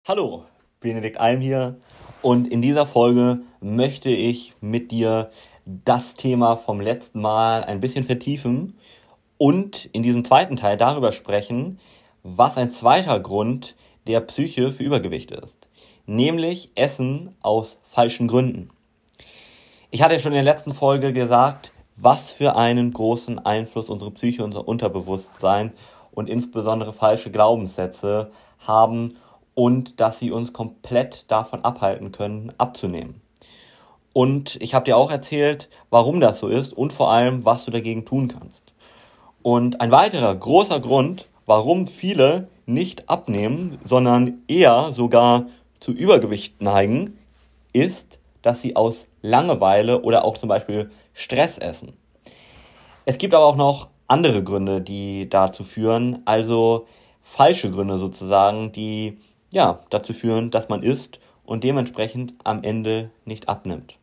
Hallo, Benedikt Alm hier und in dieser Folge möchte ich mit dir das Thema vom letzten Mal ein bisschen vertiefen und in diesem zweiten Teil darüber sprechen, was ein zweiter Grund der Psyche für Übergewicht ist, nämlich Essen aus falschen Gründen. Ich hatte ja schon in der letzten Folge gesagt, was für einen großen Einfluss unsere Psyche, unser Unterbewusstsein und insbesondere falsche Glaubenssätze haben und dass sie uns komplett davon abhalten können, abzunehmen. Und ich habe dir auch erzählt, warum das so ist und vor allem, was du dagegen tun kannst. Und ein weiterer großer Grund, warum viele nicht abnehmen, sondern eher sogar zu Übergewicht neigen, ist, dass sie aus Langeweile oder auch zum Beispiel Stress essen. Es gibt aber auch noch andere Gründe, die dazu führen, also falsche Gründe sozusagen, die dazu führen, dass man isst und dementsprechend am Ende nicht abnimmt.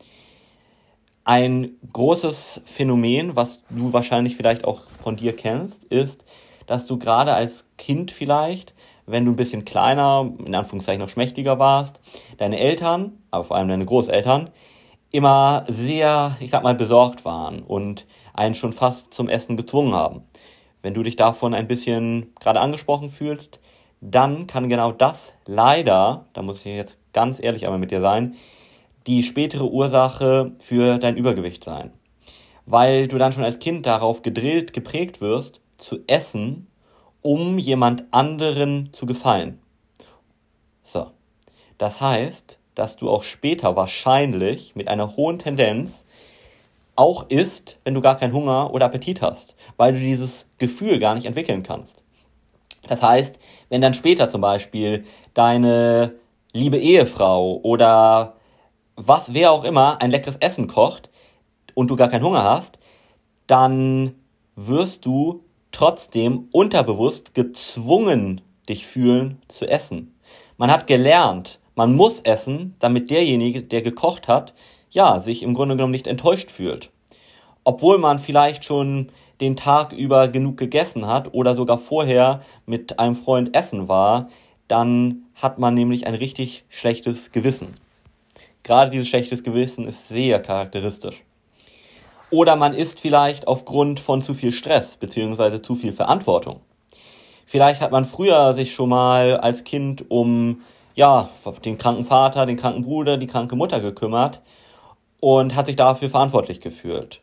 Ein großes Phänomen, was du wahrscheinlich vielleicht auch von dir kennst, ist, dass du gerade als Kind vielleicht, wenn du ein bisschen kleiner, in Anführungszeichen noch schmächtiger warst, deine Eltern, aber vor allem deine Großeltern, immer sehr, besorgt waren und einen schon fast zum Essen gezwungen haben. Wenn du dich davon ein bisschen gerade angesprochen fühlst, dann kann genau das leider, da muss ich jetzt ganz ehrlich einmal mit dir sein, die spätere Ursache für dein Übergewicht sein. Weil du dann schon als Kind darauf geprägt wirst, zu essen, um jemand anderen zu gefallen. So, das heißt, dass du auch später wahrscheinlich mit einer hohen Tendenz auch isst, wenn du gar keinen Hunger oder Appetit hast, weil du dieses Gefühl gar nicht entwickeln kannst. Das heißt, wenn dann später zum Beispiel deine liebe Ehefrau oder wer auch immer ein leckeres Essen kocht und du gar keinen Hunger hast, dann wirst du trotzdem unterbewusst gezwungen, dich fühlen zu essen. Man hat gelernt, man muss essen, damit derjenige, der gekocht hat, sich im Grunde genommen nicht enttäuscht fühlt. Obwohl man vielleicht schon den Tag über genug gegessen hat oder sogar vorher mit einem Freund essen war, dann hat man nämlich ein richtig schlechtes Gewissen. Gerade dieses schlechtes Gewissen ist sehr charakteristisch. Oder man isst vielleicht aufgrund von zu viel Stress bzw. zu viel Verantwortung. Vielleicht hat man früher sich schon mal als Kind um den kranken Vater, den kranken Bruder, die kranke Mutter gekümmert und hat sich dafür verantwortlich gefühlt.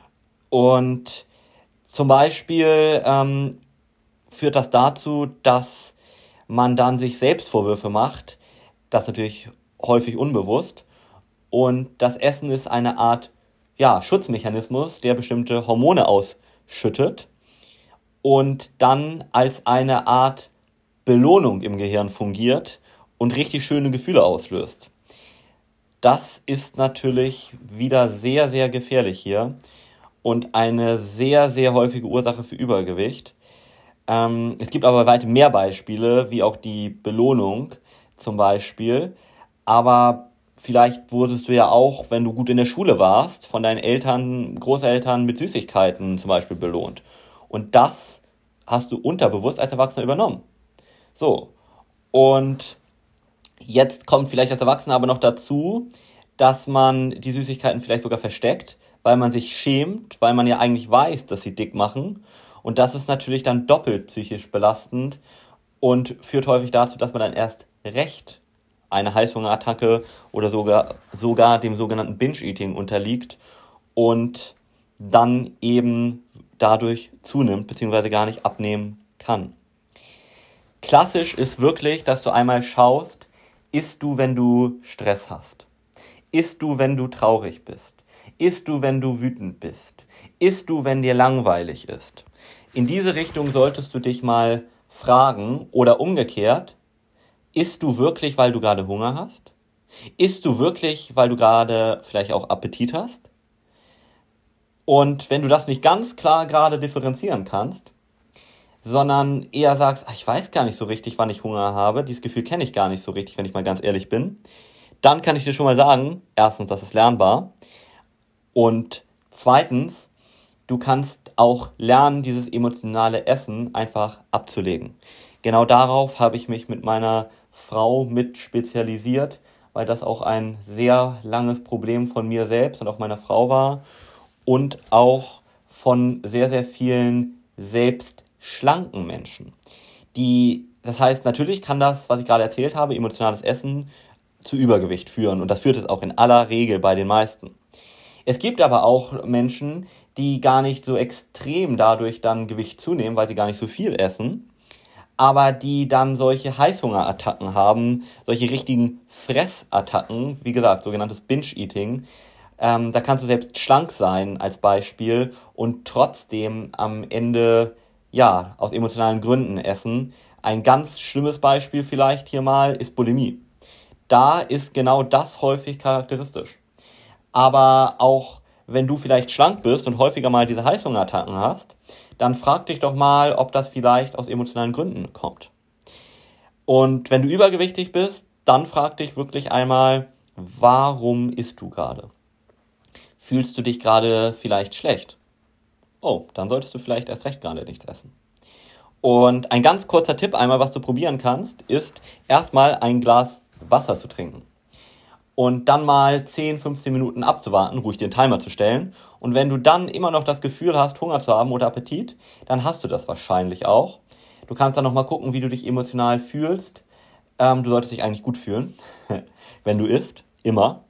Und zum Beispiel führt das dazu, dass man dann sich selbst Vorwürfe macht, das natürlich häufig unbewusst. Und das Essen ist eine Art Schutzmechanismus, der bestimmte Hormone ausschüttet und dann als eine Art Belohnung im Gehirn fungiert und richtig schöne Gefühle auslöst. Das ist natürlich wieder sehr, sehr gefährlich hier und eine sehr, sehr häufige Ursache für Übergewicht. Es gibt aber weit mehr Beispiele, wie auch die Belohnung zum Beispiel. Aber vielleicht wurdest du ja auch, wenn du gut in der Schule warst, von deinen Eltern, Großeltern mit Süßigkeiten zum Beispiel belohnt. Und das hast du unterbewusst als Erwachsener übernommen. So, und jetzt kommt vielleicht als Erwachsener aber noch dazu, dass man die Süßigkeiten vielleicht sogar versteckt, weil man sich schämt, weil man ja eigentlich weiß, dass sie dick machen. Und das ist natürlich dann doppelt psychisch belastend und führt häufig dazu, dass man dann erst recht eine Heißhungerattacke oder sogar dem sogenannten Binge-Eating unterliegt und dann eben dadurch zunimmt bzw. gar nicht abnehmen kann. Klassisch ist wirklich, dass du einmal schaust, isst du, wenn du Stress hast? Isst du, wenn du traurig bist? Isst du, wenn du wütend bist? Isst du, wenn dir langweilig ist? In diese Richtung solltest du dich mal fragen oder umgekehrt, isst du wirklich, weil du gerade Hunger hast? Isst du wirklich, weil du gerade vielleicht auch Appetit hast? Und wenn du das nicht ganz klar gerade differenzieren kannst, sondern eher sagst, ich weiß gar nicht so richtig, wann ich Hunger habe, dieses Gefühl kenne ich gar nicht so richtig, wenn ich mal ganz ehrlich bin, dann kann ich dir schon mal sagen, erstens, das ist lernbar und zweitens, du kannst auch lernen, dieses emotionale Essen einfach abzulegen. Genau darauf habe ich mich mit meiner Frau mit spezialisiert, weil das auch ein sehr langes Problem von mir selbst und auch meiner Frau war und auch von sehr, sehr vielen selbst schlanken Menschen. Das heißt, natürlich kann das, was ich gerade erzählt habe, emotionales Essen zu Übergewicht führen und das führt es auch in aller Regel bei den meisten. Es gibt aber auch Menschen, die gar nicht so extrem dadurch dann Gewicht zunehmen, weil sie gar nicht so viel essen, aber die dann solche Heißhungerattacken haben, solche richtigen Fressattacken, wie gesagt, sogenanntes Binge-Eating. Da kannst du selbst schlank sein als Beispiel und trotzdem am Ende, ja, aus emotionalen Gründen essen. Ein ganz schlimmes Beispiel vielleicht hier mal ist Bulimie. Da ist genau das häufig charakteristisch. Aber auch wenn du vielleicht schlank bist und häufiger mal diese Heißhungerattacken hast, dann frag dich doch mal, ob das vielleicht aus emotionalen Gründen kommt. Und wenn du übergewichtig bist, dann frag dich wirklich einmal, warum isst du gerade? Fühlst du dich gerade vielleicht schlecht? Oh, dann solltest du vielleicht erst recht gerade nichts essen. Und ein ganz kurzer Tipp einmal, was du probieren kannst, ist erstmal ein Glas Wasser zu trinken. Und dann mal 10, 15 Minuten abzuwarten, ruhig den Timer zu stellen. Und wenn du dann immer noch das Gefühl hast, Hunger zu haben oder Appetit, dann hast du das wahrscheinlich auch. Du kannst dann nochmal gucken, wie du dich emotional fühlst. Du solltest dich eigentlich gut fühlen, wenn du isst, immer.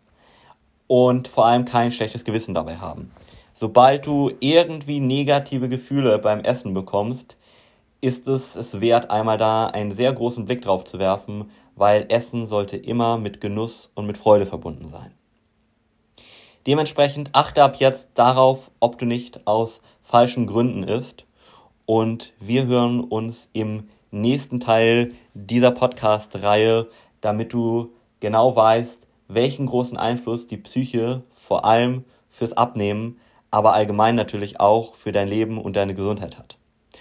Und vor allem kein schlechtes Gewissen dabei haben. Sobald du irgendwie negative Gefühle beim Essen bekommst, ist es wert, einmal da einen sehr großen Blick drauf zu werfen, weil Essen sollte immer mit Genuss und mit Freude verbunden sein. Dementsprechend achte ab jetzt darauf, ob du nicht aus falschen Gründen isst. Und wir hören uns im nächsten Teil dieser Podcast-Reihe, damit du genau weißt, welchen großen Einfluss die Psyche vor allem fürs Abnehmen, aber allgemein natürlich auch für dein Leben und deine Gesundheit hat.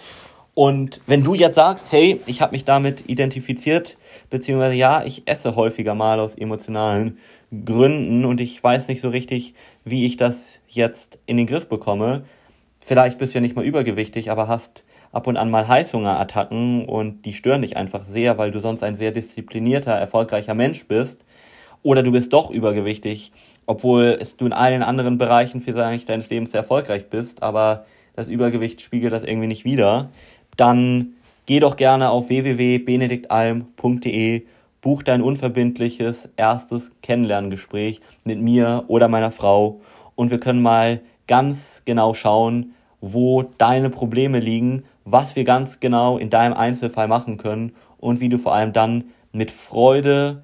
Und wenn du jetzt sagst, hey, ich habe mich damit identifiziert, beziehungsweise ja, ich esse häufiger mal aus emotionalen Gründen und ich weiß nicht so richtig, wie ich das jetzt in den Griff bekomme. Vielleicht bist du ja nicht mal übergewichtig, aber hast ab und an mal Heißhungerattacken und die stören dich einfach sehr, weil du sonst ein sehr disziplinierter, erfolgreicher Mensch bist. Oder du bist doch übergewichtig, obwohl du in allen anderen Bereichen vielleicht deines Lebens sehr erfolgreich bist, aber das Übergewicht spiegelt das irgendwie nicht wider. Dann geh doch gerne auf www.benediktalm.de, buch dein unverbindliches erstes Kennenlerngespräch mit mir oder meiner Frau und wir können mal ganz genau schauen, wo deine Probleme liegen, was wir ganz genau in deinem Einzelfall machen können und wie du vor allem dann mit Freude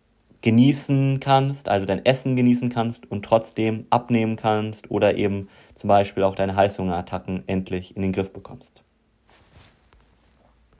genießen kannst, also dein Essen genießen kannst und trotzdem abnehmen kannst oder eben zum Beispiel auch deine Heißhungerattacken endlich in den Griff bekommst.